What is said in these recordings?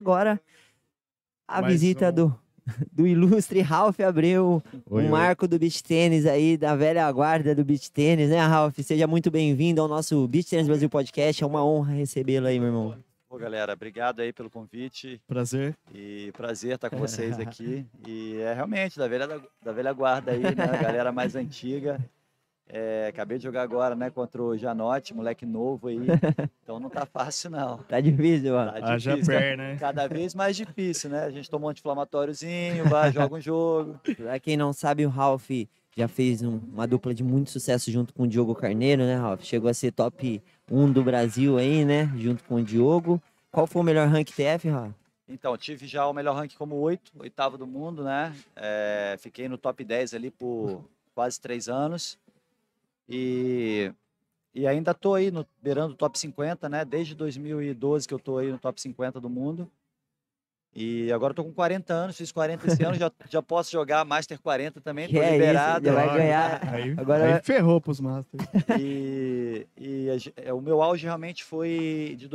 Agora, a Mais visita do ilustre Ralph Abreu, Oi, um marco do beach tênis aí, da velha guarda do beach tênis, né, Ralph? Seja muito bem-vindo ao nosso Beach Tênis Brasil Podcast. É uma honra recebê-lo aí, meu irmão. Pô, galera, obrigado aí pelo convite. Prazer. E prazer estar com vocês aqui. E é realmente da velha guarda aí, né? A galera mais antiga. Acabei de jogar agora, né, contra o Janotti, moleque novo aí. Então não tá fácil, não. Tá difícil, ó. Tá Haja difícil. pé, né? Cada vez mais difícil, né? A gente toma um anti-inflamatóriozinho, vai, joga um jogo. Pra quem não sabe, o Ralph já fez uma dupla de muito sucesso junto com o Diogo Carneiro, né, Ralph? Chegou a ser top 1 do Brasil aí, né, junto com o Diogo. Qual foi o melhor rank TF, Ralph? Então, tive já o melhor ranking como oitavo do mundo, né? Fiquei no top 10 ali por quase 3 anos. E ainda estou aí beirando o top 50, né? Desde 2012 que eu estou aí no top 50 do mundo. E agora estou com 40 anos, fiz 40 esse ano, já posso jogar Master 40 também, estou liberado. Isso, já vai ganhar. Aí ferrou pros Masters. O meu auge realmente foi de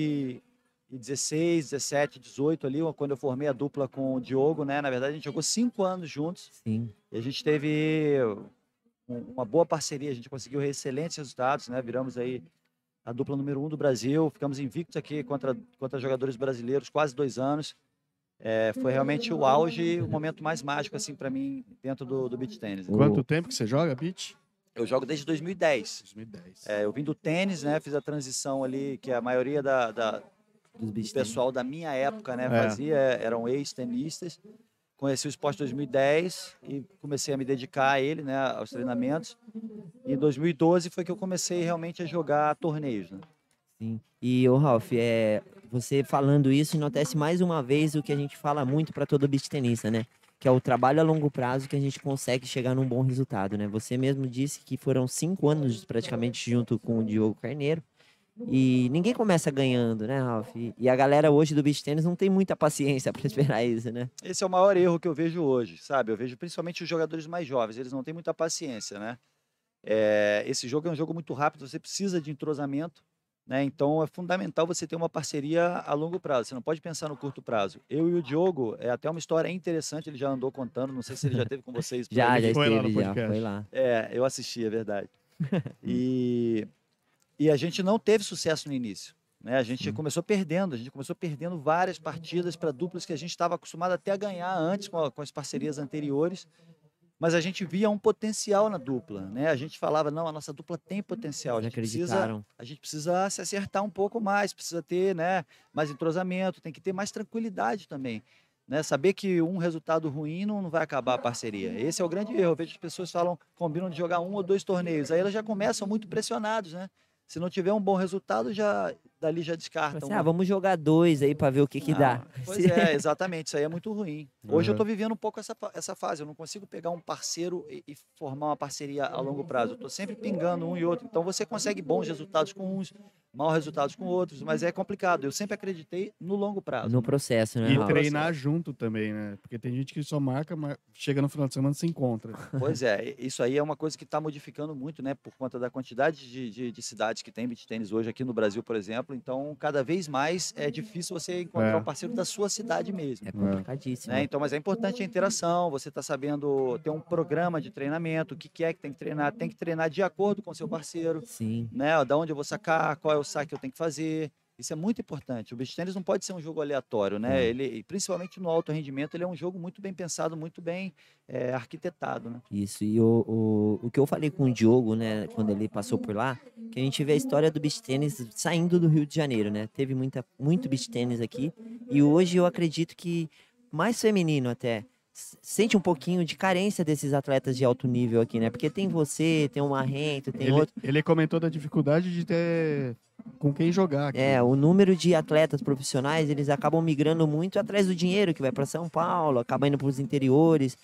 2016, 17, 18 ali, quando eu formei a dupla com o Diogo, né? Na verdade, a gente jogou 5 anos juntos. Sim. E a gente teve uma boa parceria, a gente conseguiu excelentes resultados, né? Viramos aí a dupla número 1 do Brasil, ficamos invictos aqui contra jogadores brasileiros quase 2 anos. Foi realmente o auge, o momento mais mágico assim para mim dentro do beach tênis. Quanto tempo que você joga beach? Eu jogo desde 2010. 2010. Eu vim do tênis, né? Fiz a transição ali que a maioria do pessoal da minha época, né, fazia, eram ex-tenistas. Conheci o esporte em 2010 e comecei a me dedicar a ele, né, aos treinamentos. E em 2012 foi que eu comecei realmente a jogar torneios, né? Sim. E, ô Ralph, você falando isso, enaltece mais uma vez o que a gente fala muito para todo beach tenista, né? Que é o trabalho a longo prazo que a gente consegue chegar num bom resultado, né? Você mesmo disse que foram 5 anos praticamente junto com o Diogo Carneiro. E ninguém começa ganhando, né, Ralph? E a galera hoje do beach tênis não tem muita paciência para esperar isso, né? Esse é o maior erro que eu vejo hoje, sabe? Eu vejo principalmente os jogadores mais jovens, eles não têm muita paciência, né? Esse jogo é um jogo muito rápido, você precisa de entrosamento, né? Então é fundamental você ter uma parceria a longo prazo, você não pode pensar no curto prazo. Eu e o Diogo, é até uma história interessante, ele já andou contando, não sei se ele já teve com vocês. Já Foi lá no esteve, já podcast. foi lá. Eu assisti, é verdade. E a gente não teve sucesso no início, né? A gente começou perdendo várias partidas para duplas que a gente estava acostumado até a ganhar antes com as parcerias anteriores. Mas a gente via um potencial na dupla, né? A gente falava, não, a nossa dupla tem potencial, Eles acreditaram. a gente precisa se acertar um pouco mais, precisa ter, né, mais entrosamento, tem que ter mais tranquilidade também, né? Saber que um resultado ruim não vai acabar a parceria. Esse é o grande erro. Eu vejo as pessoas combinam de jogar 1 ou 2 torneios, aí elas já começam muito pressionados, né? Se não tiver um bom resultado, dali já descartam. Vamos jogar 2 aí para ver o que dá. Pois é, exatamente. Isso aí é muito ruim. Hoje eu estou vivendo um pouco essa fase. Eu não consigo pegar um parceiro e formar uma parceria a longo prazo. Eu estou sempre pingando um e outro. Então você consegue bons resultados com uns, maus resultados com outros, mas é complicado. Eu sempre acreditei no longo prazo. No processo, né? E Ralph? treinar junto também, né? Porque tem gente que só marca, mas chega no final de semana e se encontra. Pois é, isso aí é uma coisa que está modificando muito, né? Por conta da quantidade de cidades que tem beach tênis hoje aqui no Brasil, por exemplo. Então, cada vez mais é difícil você encontrar um parceiro da sua cidade mesmo. É complicadíssimo. Né? Então, mas é importante a interação, você está sabendo ter um programa de treinamento, o que é que tem que treinar de acordo com o seu parceiro, Sim. né? Da onde eu vou sacar, qual é o saque que eu tenho que fazer. Isso é muito importante. O beach tênis não pode ser um jogo aleatório, né? Ele, principalmente no alto rendimento, ele é um jogo muito bem pensado, muito bem arquitetado, né? Isso, e o que eu falei com o Diogo, né, quando ele passou por lá, que a gente vê a história do beach tênis saindo do Rio de Janeiro, né? Teve muito beach tênis aqui, e hoje eu acredito que mais feminino até. Sente um pouquinho de carência desses atletas de alto nível aqui, né? Porque tem você, tem o Marrento, tem outro. Ele comentou da dificuldade de ter com quem jogar aqui. O número de atletas profissionais, eles acabam migrando muito atrás do dinheiro, que vai para São Paulo, acaba indo para os interiores.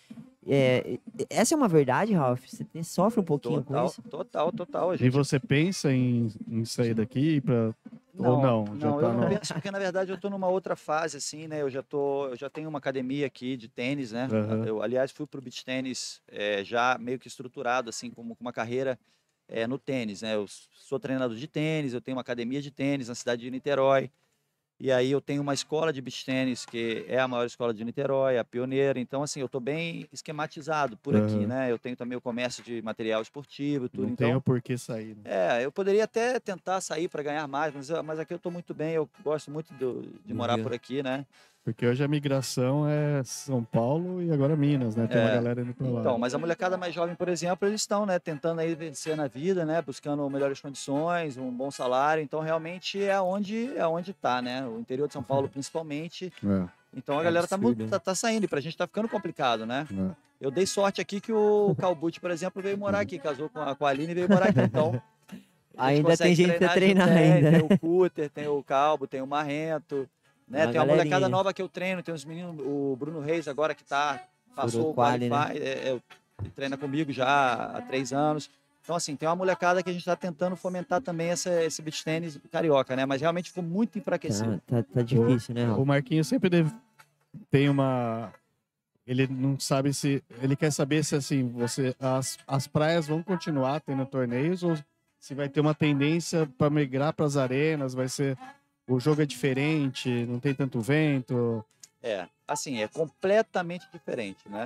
Essa é uma verdade, Ralph? Você sofre um pouquinho com isso? Total. E você pensa em sair daqui para ou não? Eu não penso, porque na verdade eu estou numa outra fase, assim, né? Eu já tenho uma academia aqui de tênis, né? Eu, aliás, fui para o beach tênis já meio que estruturado, assim, como uma carreira no tênis, né? Eu sou treinador de tênis, eu tenho uma academia de tênis na cidade de Niterói. E aí eu tenho uma escola de beach tênis, que é a maior escola de Niterói, a pioneira. Então, assim, eu tô bem esquematizado por aqui, Aham. né? Eu tenho também o comércio de material esportivo e tudo. Não tem Então, o porquê sair, né? eu poderia até tentar sair para ganhar mais, mas aqui eu tô muito bem. Eu gosto muito de No morar Rio. por aqui, né? Porque hoje a migração é São Paulo e agora Minas, né? Tem uma É, galera indo pra então, lá. mas a molecada mais jovem, por exemplo, eles estão, né, tentando aí vencer na vida, né, buscando melhores condições, um bom salário. Então, realmente é onde tá, né? O interior de São Paulo, principalmente. É, Então, a É galera tá, absurdo, né? tá saindo e pra gente tá ficando complicado, né? é. Eu dei sorte aqui que o Calbucci, por exemplo, veio morar aqui, casou com a Aline e veio morar aqui. Então, a gente Ainda tem consegue gente pra treinar junto. treinar Tem, ainda, tem né? o Cutter, tem o Calbo, tem o Marrento, Tem né? uma Tem uma molecada galerinha. nova que eu treino, tem uns meninos, o Bruno Reis agora que Furou passou o quali, né? Qualify, ele treina comigo já há 3 anos. Então, assim, tem uma molecada que a gente está tentando fomentar também esse beach tênis carioca, né? Mas realmente ficou muito enfraquecido. Tá difícil, né, O Rafa? Marquinhos sempre tem uma. Ele não sabe se. Ele quer saber se assim, as praias vão continuar tendo torneios ou se vai ter uma tendência para migrar para as arenas, vai ser. O jogo é diferente, não tem tanto vento. Assim, é completamente diferente, né?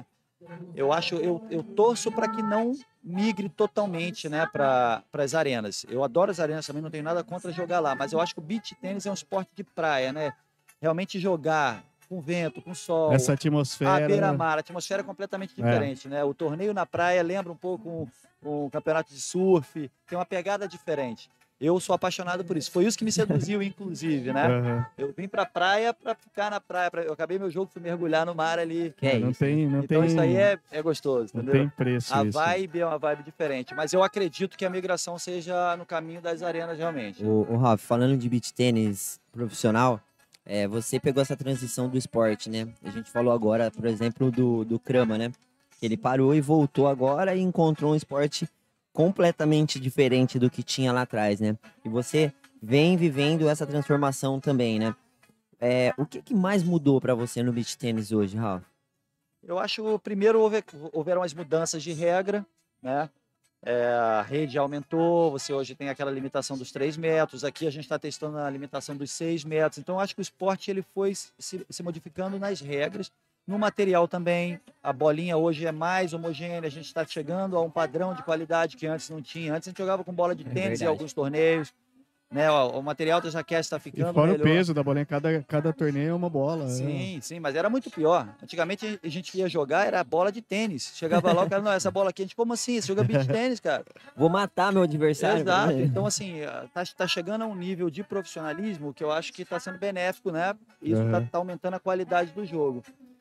Eu torço para que não migre totalmente, né, para as arenas. Eu adoro as arenas também, não tenho nada contra jogar lá, mas eu acho que o beach tênis é um esporte de praia, né? Realmente jogar com vento, com sol, Essa à atmosfera. beira-mar, a atmosfera é completamente É. diferente, né? O torneio na praia lembra um pouco um campeonato de surf, tem uma pegada diferente. Eu sou apaixonado por isso. Foi isso que me seduziu, inclusive, né? Aham. Eu vim pra praia para ficar na praia. Eu acabei meu jogo, fui mergulhar no mar ali. Que é Não isso, né? tem, não Então isso aí tem, é gostoso, não entendeu? tem preço A isso. vibe é uma vibe diferente. Mas eu acredito que a migração seja no caminho das arenas, realmente. O Rafa, falando de beach tênis profissional, você pegou essa transição do esporte, né? A gente falou agora, por exemplo, do Krama, né? Ele parou e voltou agora e encontrou um esporte completamente diferente do que tinha lá atrás, né? E você vem vivendo essa transformação também, né? O que mais mudou para você no beach tênis hoje, Rafa? Eu acho, primeiro, houveram as mudanças de regra, né? A rede aumentou, você hoje tem aquela limitação dos 3 metros, aqui a gente está testando a limitação dos 6 metros. Então, eu acho que o esporte ele foi se modificando nas regras, no material também. A bolinha hoje é mais homogênea, a gente está chegando a um padrão de qualidade que antes não tinha. Antes a gente jogava com bola de É tênis em verdade. alguns torneios, né? O material das raquetes está E ficando fora o melhor. peso da bolinha, cada torneio é uma bola. Sim, sim, mas era muito pior. Antigamente a gente ia jogar, era bola de tênis. Chegava lá, o cara, não, essa bola aqui, a gente, como assim? Você joga beach tênis, cara? Vou matar meu adversário. Exato. Então, assim, tá chegando a um nível de profissionalismo que eu acho que está sendo benéfico, né? Isso Aham. tá aumentando a qualidade do jogo.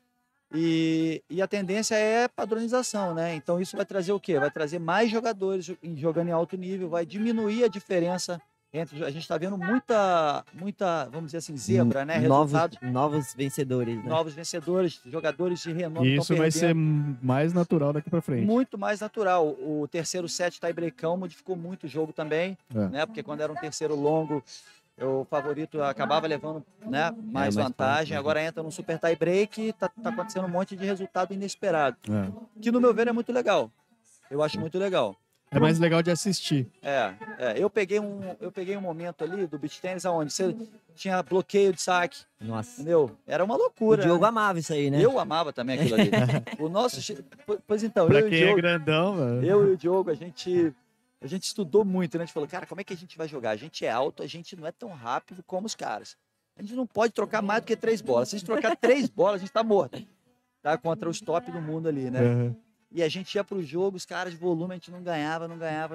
E a tendência é padronização, né? Então isso vai trazer o quê? Vai trazer mais jogadores jogando em alto nível, vai diminuir a diferença entre. A gente está vendo muita, vamos dizer assim, zebra, né? Resultados, Novos vencedores, né? novos vencedores, jogadores de renome E estão isso vai ser perdendo. mais natural daqui pra frente. Muito mais natural. O terceiro set tie-breakão modificou muito o jogo também, É. né? Porque quando era um terceiro longo, o favorito acabava levando, né, mais mais vantagem. fácil, né? Agora entra num super tie-break e tá acontecendo um monte de resultado inesperado. É. Que, no meu ver, é muito legal. Eu acho muito legal. É mais legal de assistir. Eu peguei um momento ali do beach tennis onde você tinha bloqueio de saque, Nossa. entendeu? Era uma O loucura. Diogo né? amava isso aí, né? Eu amava também aquilo ali. O nosso. Pois então, Pra eu e o quem é Diogo. grandão, velho. Eu e o Diogo, a gente estudou muito, né? A gente falou, cara, como é que a gente vai jogar? A gente é alto, a gente não é tão rápido como os caras. A gente não pode trocar mais do que 3 bolas. Se a gente trocar 3 bolas, a gente tá morto. Tá contra os top do mundo ali, né? Uhum. E a gente ia pro jogo, os caras de volume, a gente não ganhava.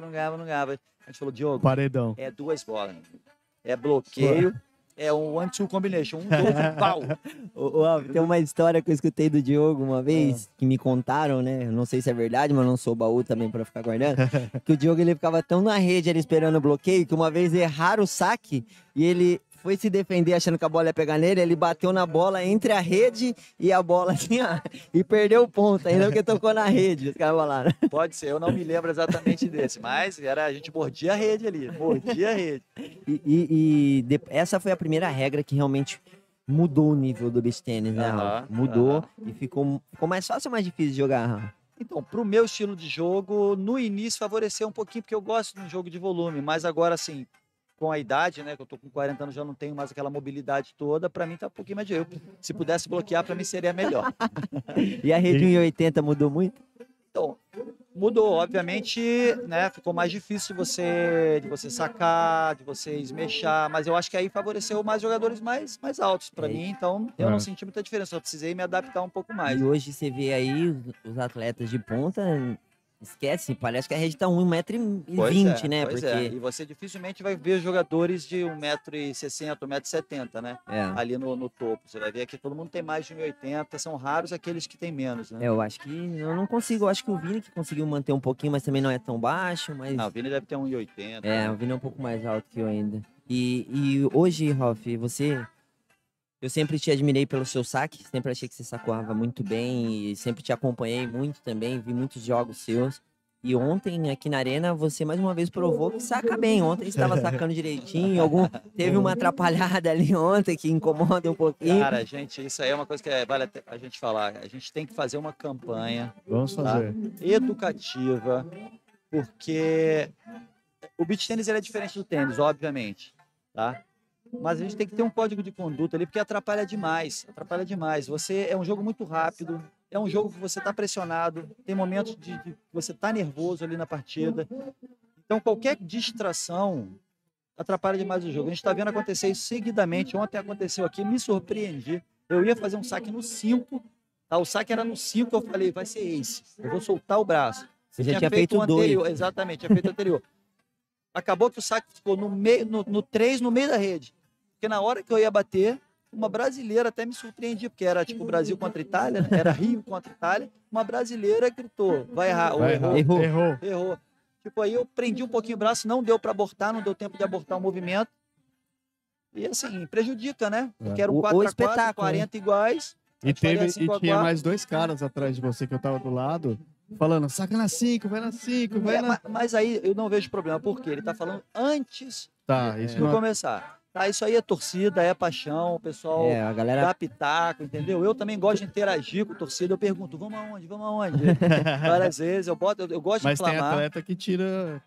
A gente falou, Diogo, Paredão. é 2 bolas. É bloqueio, é um 1-2 combination. 1, 2, pau. Alves, tem uma história que eu escutei do Diogo uma vez, que me contaram, né? Eu não sei se é verdade, mas não sou baú também pra ficar guardando. Que o Diogo ele ficava tão na rede ali esperando o bloqueio que uma vez erraram o saque e ele foi se defender achando que a bola ia pegar nele, ele bateu na bola entre a rede e a bola assim, ó, e perdeu o ponto, ainda porque tocou na rede, os caras falaram. Pode ser, eu não me lembro exatamente desse, mas a gente mordia a rede ali, mordia a rede. Essa foi a primeira regra que realmente mudou o nível do beach tennis, né, Aham, Rafa? Mudou aham. e ficou mais fácil ou mais difícil de jogar, Rafa? Então, pro meu estilo de jogo, no início favoreceu um pouquinho, porque eu gosto de um jogo de volume, mas agora, assim, com a idade, né? Que eu tô com 40 anos, já não tenho mais aquela mobilidade toda. Para mim tá um pouquinho mais de eu. Se pudesse bloquear, para mim seria melhor. E a rede 1,80 mudou muito? Então, mudou, obviamente, né? Ficou mais difícil de você sacar, de você esmechar, mas eu acho que aí favoreceu mais jogadores mais altos para mim, então eu não senti muita diferença, só precisei me adaptar um pouco mais. E hoje você vê aí os atletas de ponta, esquece, parece que a rede tá 1,20 m, né? Pois Porque e você dificilmente vai ver jogadores de 1,60 m, 1,70 m, né? Ali no topo. Você vai ver que todo mundo tem mais de 1,80 m, são raros aqueles que têm menos, né? eu acho que eu não consigo, eu acho que o Vini que conseguiu manter um pouquinho, mas também não é tão baixo, mas Não, o Vini deve ter 1,80 m. o Vini é um pouco mais alto que eu ainda. E hoje, Ralf, eu sempre te admirei pelo seu saque, sempre achei que você sacoava muito bem e sempre te acompanhei muito também, vi muitos jogos seus. E ontem, aqui na Arena, você mais uma vez provou que saca bem. Ontem você estava sacando direitinho, teve uma atrapalhada ali ontem que incomoda um pouquinho. Cara, gente, isso aí é uma coisa que vale a gente falar. A gente tem que fazer uma campanha Vamos fazer. educativa, porque o beach tênis ele é diferente do tênis, obviamente, tá? Mas a gente tem que ter um código de conduta ali, porque atrapalha demais. Atrapalha demais. É um jogo muito rápido, é um jogo que você está pressionado, tem momentos de você tá nervoso ali na partida. Então, qualquer distração atrapalha demais o jogo. A gente está vendo acontecer isso seguidamente. Ontem aconteceu aqui, me surpreendi. Eu ia fazer um saque no 5, tá? O saque era no 5, eu falei, vai ser ace. Eu vou soltar o braço. Você já tinha feito o anterior, 2. exatamente, tinha feito o anterior. Acabou que o saque ficou no 3, no meio da rede. Porque na hora que eu ia bater, uma brasileira até me surpreendia, porque era tipo Brasil contra Itália, né? Era Rio contra Itália. Uma brasileira gritou, vai errar, ou errou. Tipo, aí eu prendi um pouquinho o braço, não deu para abortar, não deu tempo de abortar o movimento. E assim, prejudica, né? Porque era um 4x4, 40 iguais. E tinha mais 2 caras atrás de você que eu tava do lado, falando, saca na 5, vai na 5, vai na... Mas aí eu não vejo problema, porque ele tá falando antes isso de começar. Tá, isso aí é torcida, é paixão, o pessoal a galera dá pitaco, entendeu? Eu também gosto de interagir com a torcida, eu pergunto, vamos aonde? Várias vezes, eu gosto de Mas inflamar. tem atleta que tira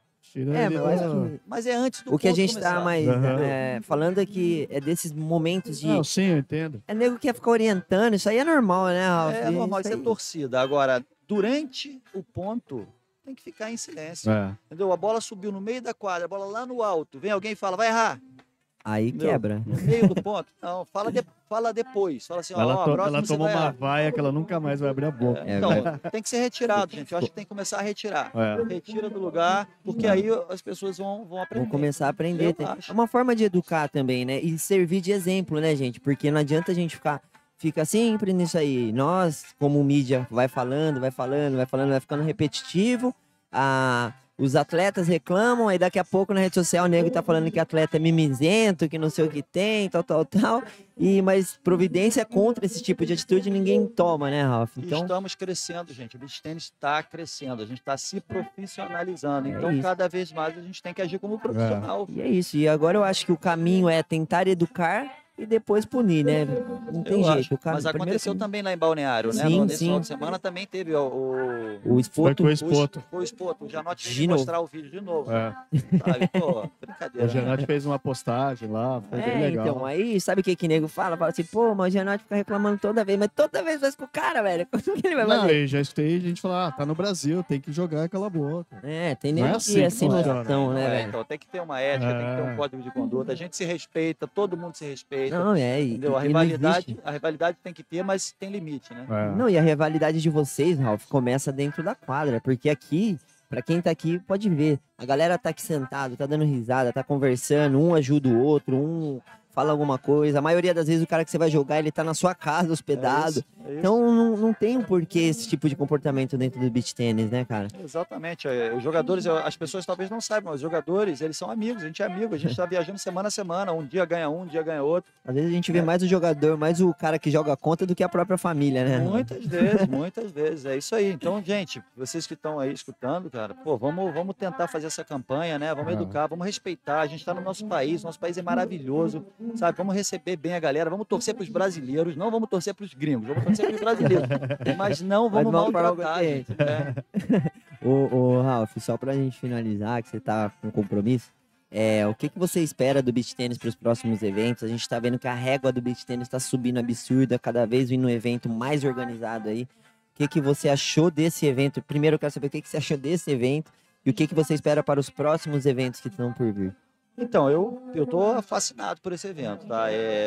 mas é antes do o que a gente começar. tá mais falando é que é desses momentos de... Não, sim, eu entendo. É nego que quer ficar orientando, isso aí é normal, né, Ralf? É normal, isso é torcida. Agora, durante o ponto, tem que ficar em silêncio. Entendeu? A bola subiu no meio da quadra, a bola lá no alto, vem alguém e fala, vai errar. Aí entendeu? Quebra. No meio do ponto. Não, fala depois. Fala assim, ela tomou uma vaia que ela nunca mais vai abrir a boca. Então, tem que ser retirado, gente. Eu acho que tem que começar a retirar. Retira do lugar, porque aí as pessoas vão aprender. Vão começar a aprender. É uma forma de educar também, né? E servir de exemplo, né, gente? Porque não adianta a gente fica sempre nisso aí. Nós, como mídia, vai falando, vai ficando repetitivo. Os atletas reclamam, aí daqui a pouco na rede social o nego tá falando que atleta é mimizento, que não sei o que tem, tal. Mas providência contra esse tipo de atitude ninguém toma, né, Ralf? Então... Estamos crescendo, gente. O beach tênis está crescendo, a gente está se profissionalizando. Então, cada vez mais a gente tem que agir como profissional. E é isso. E agora eu acho que o caminho é tentar educar e depois punir, né? Não tem jeito. Mas aconteceu também lá em Balneário, né? Nesse final de semana também teve o Espoto. Foi o Espoto. O Janotti veio mostrar o vídeo de novo. Sabe? Pô, brincadeira. O Janotti fez uma postagem lá, foi bem legal. Então, aí, sabe o que nego fala? Fala assim, pô, mas o Janotti fica reclamando toda vez, mas toda vez faz com o cara, velho. Como que ele vai fazer? Não, eu já escutei gente falar, tá no Brasil, tem que jogar aquela boca. Tem nego que é sem noção, né, velho? Então, tem que ter uma ética, tem que ter um código de conduta. A gente se respeita, todo mundo se respeita. Não, entendeu? A rivalidade tem que ter, mas tem limite, né? Não, e a rivalidade de vocês, Ralf, começa dentro da quadra, porque aqui, pra quem tá aqui, pode ver, a galera tá aqui sentado, tá dando risada, tá conversando, um ajuda o outro, um fala alguma coisa. A maioria das vezes o cara que você vai jogar, ele tá na sua casa, hospedado. Então não tem um porquê esse tipo de comportamento dentro do beach tênis, né, cara? Exatamente. Os jogadores, as pessoas talvez não saibam, mas os jogadores, eles são amigos, a gente é amigo, a gente tá viajando semana a semana, um dia ganha um dia ganha outro. Às vezes a gente vê mais o jogador, mais o cara que joga conta do que a própria família, né? Muitas vezes, é isso aí. Então, gente, vocês que estão aí escutando, cara, pô, vamos tentar fazer essa campanha, né? Vamos educar, vamos respeitar, a gente tá no nosso país é maravilhoso, sabe? Vamos receber bem a galera, vamos torcer pros brasileiros, não vamos torcer pros gringos, vamos torcer pros brasileiros, mas não vamos maltratar a gente. Ô, Ralf, só pra gente finalizar, que você tá com compromisso, O que você espera do beach tênis para os próximos eventos? A gente está vendo que a régua do beach tênis está subindo absurda, cada vez vindo um evento mais organizado aí. O que você achou desse evento? Primeiro eu quero saber o que você achou desse evento e o que você espera para os próximos eventos que estão por vir. Então, eu tô fascinado por esse evento, tá?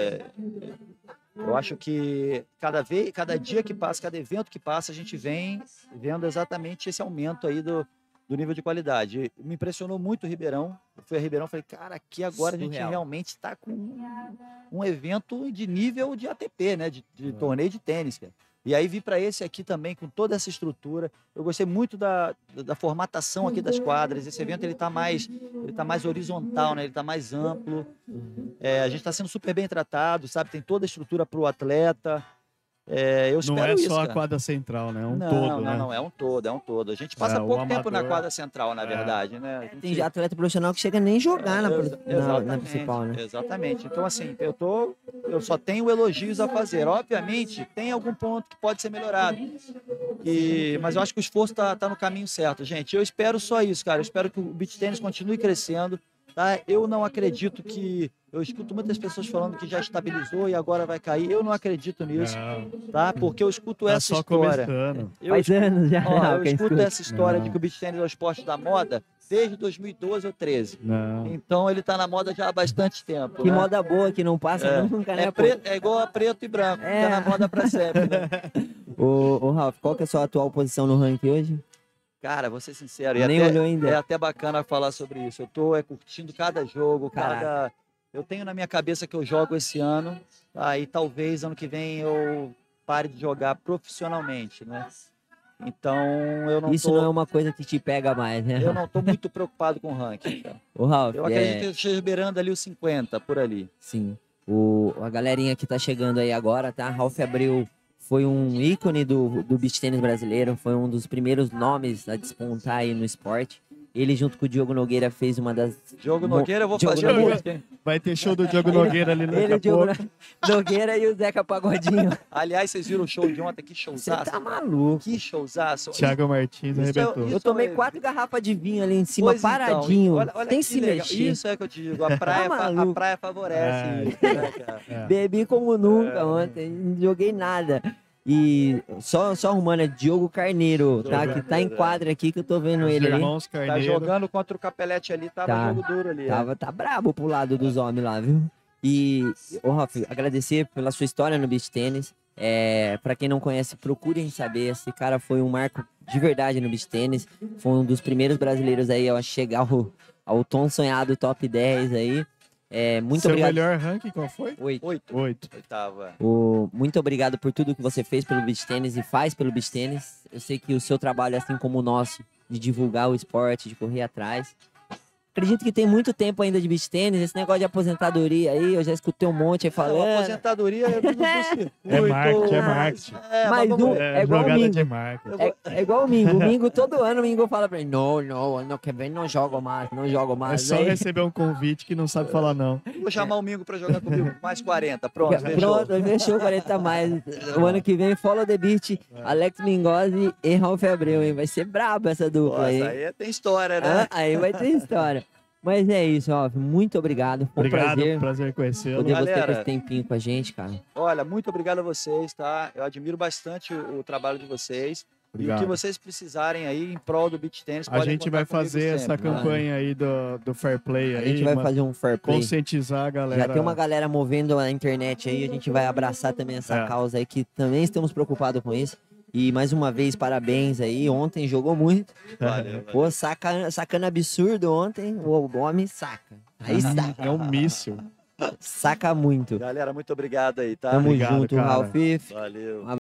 Eu acho que cada dia que passa, cada evento que passa, a gente vem vendo exatamente esse aumento aí do nível de qualidade. Me impressionou muito o Ribeirão. Eu fui a Ribeirão e falei, cara, aqui agora a gente Surreal. realmente está com um evento de nível de ATP, né? De torneio de tênis, cara. E aí vim para esse aqui também com toda essa estrutura. Eu gostei muito da formatação aqui das quadras. Esse evento ele tá mais horizontal, né? Ele tá mais amplo. A gente está sendo super bem tratado, sabe? Tem toda a estrutura para o atleta. Eu espero Não é isso, só a cara. quadra central, né? É um Não, todo, né? não, é um todo. A gente passa o pouco tempo na amador. quadra central, na verdade, né? A gente- Tem atleta profissional que chega nem jogar na Exatamente, principal, né? Exatamente. Então, assim, eu só tenho elogios a fazer. Obviamente, tem algum ponto que pode ser melhorado. Mas eu acho que o esforço tá no caminho certo, gente. Eu espero só isso, cara. Eu espero que o beach tênis continue crescendo. Tá? Eu não acredito que... Eu escuto muitas pessoas falando que já estabilizou e agora vai cair. Eu não acredito nisso, Não, tá? Porque eu escuto tá essa só história. começando. Faz anos já. Eu que a gente escuto escuta. essa história de Não. que o beach tênis é o esporte da moda desde 2012 ou 13. Não. Então ele tá na moda já há bastante tempo. Que né? moda boa que não passa nunca, né? pô? É igual a preto e branco, fica na moda pra sempre. Né? Ô, Ralf, qual que é a sua atual posição no ranking hoje? Cara, vou ser sincero, Nem olhou ainda. é até bacana falar sobre isso. Eu tô curtindo cada jogo, Caraca. Eu tenho na minha cabeça que eu jogo esse ano, aí talvez ano que vem eu pare de jogar profissionalmente, né? Então Isso não é uma coisa que te pega mais, né? eu não tô muito preocupado com o ranking. Cara. Ô, Ralf, Eu acredito que eu esteja beirando ali os 50, por ali. Sim. A galerinha que tá chegando aí agora, tá? Ralf Abreu foi um ícone do beach tênis brasileiro, foi um dos primeiros nomes a despontar aí no esporte. Ele, junto com o Diogo Nogueira, fez uma das... Diogo Nogueira, eu vou Diogo fazer Nogueira. muito, hein? Vai ter show do Diogo Nogueira ali Ele, daqui o a Diogo pouco. Nogueira e o Zeca Pagodinho. Aliás, vocês viram o show de ontem? Que Você showzaço. tá maluco. Que showzaço. Thiago Martins arrebentou. Eu tomei 4 garrafas de vinho ali em cima, Pois então, paradinho, olha sem que se legal. mexer. Isso é que eu te digo. A praia favorece É. isso, né, cara? É. Bebi como nunca ontem, não joguei nada. E só arrumando, é Diogo Carneiro, tá? Que tá em quadra aqui, que eu tô vendo Os ele ali. irmãos Tá Carneiro. jogando contra o Capelete ali, tava Tá. jogo duro ali. Tá brabo pro lado dos homens lá, viu? E, Ralf, agradecer pela sua história no beach tênis. Pra quem não conhece, procurem saber. Esse cara foi um marco de verdade no beach tênis. Foi um dos primeiros brasileiros aí a chegar ao tão sonhado top 10 aí. Muito Seu obrigado. melhor ranking qual foi? 8. 8. Oitava. Muito obrigado por tudo que você fez pelo beach tênis e faz pelo beach tênis. Eu sei que o seu trabalho, assim como o nosso, de divulgar o esporte, de correr atrás. Acredito que tem muito tempo ainda de beach tênis. Esse negócio de aposentadoria aí, eu já escutei um monte aí falando. Aposentadoria é tudo do circuito. É marketing. Mas vamos não- ver. É igual o jogada Mingo. de marketing. É igual o Mingo. O Mingo, todo ano, o Mingo fala pra mim: não, ano que vem não jogo mais, não jogo É mais. só Aí- receber um convite que não sabe falar não. Vou chamar o Mingo pra jogar comigo. Mais 40. Pronto, fechou. Pronto, fechou 40 mais. O ano que vem, Follow the Beat, Alex Mingozzi e Ralf Abreu, hein? Vai ser brabo essa dupla Nossa, aí. aí tem história, né? Aí vai ter história. Mas é isso, Ralf. Muito obrigado. Foi um Obrigado, prazer conhecê-lo. poder você ter Galera. esse tempinho com a gente, cara. Olha, muito obrigado a vocês, tá? Eu admiro bastante o trabalho de vocês. E o Obrigado. que vocês precisarem aí em prol do beach tênis, A podem gente contar vai comigo fazer essa sempre, né? campanha aí do Fair Play A aí, gente vai fazer um fair play. conscientizar a galera. Já tem uma galera movendo a internet aí, a gente vai abraçar também essa É. causa aí, que também estamos preocupados com isso. E mais uma vez, parabéns aí. Ontem jogou muito. Valeu, Pô, sacando absurdo ontem. O homem saca. Aí saca. É um míssil. Saca muito. Galera, muito obrigado aí, tá? Tamo Obrigado, junto, cara. Ralf. Valeu.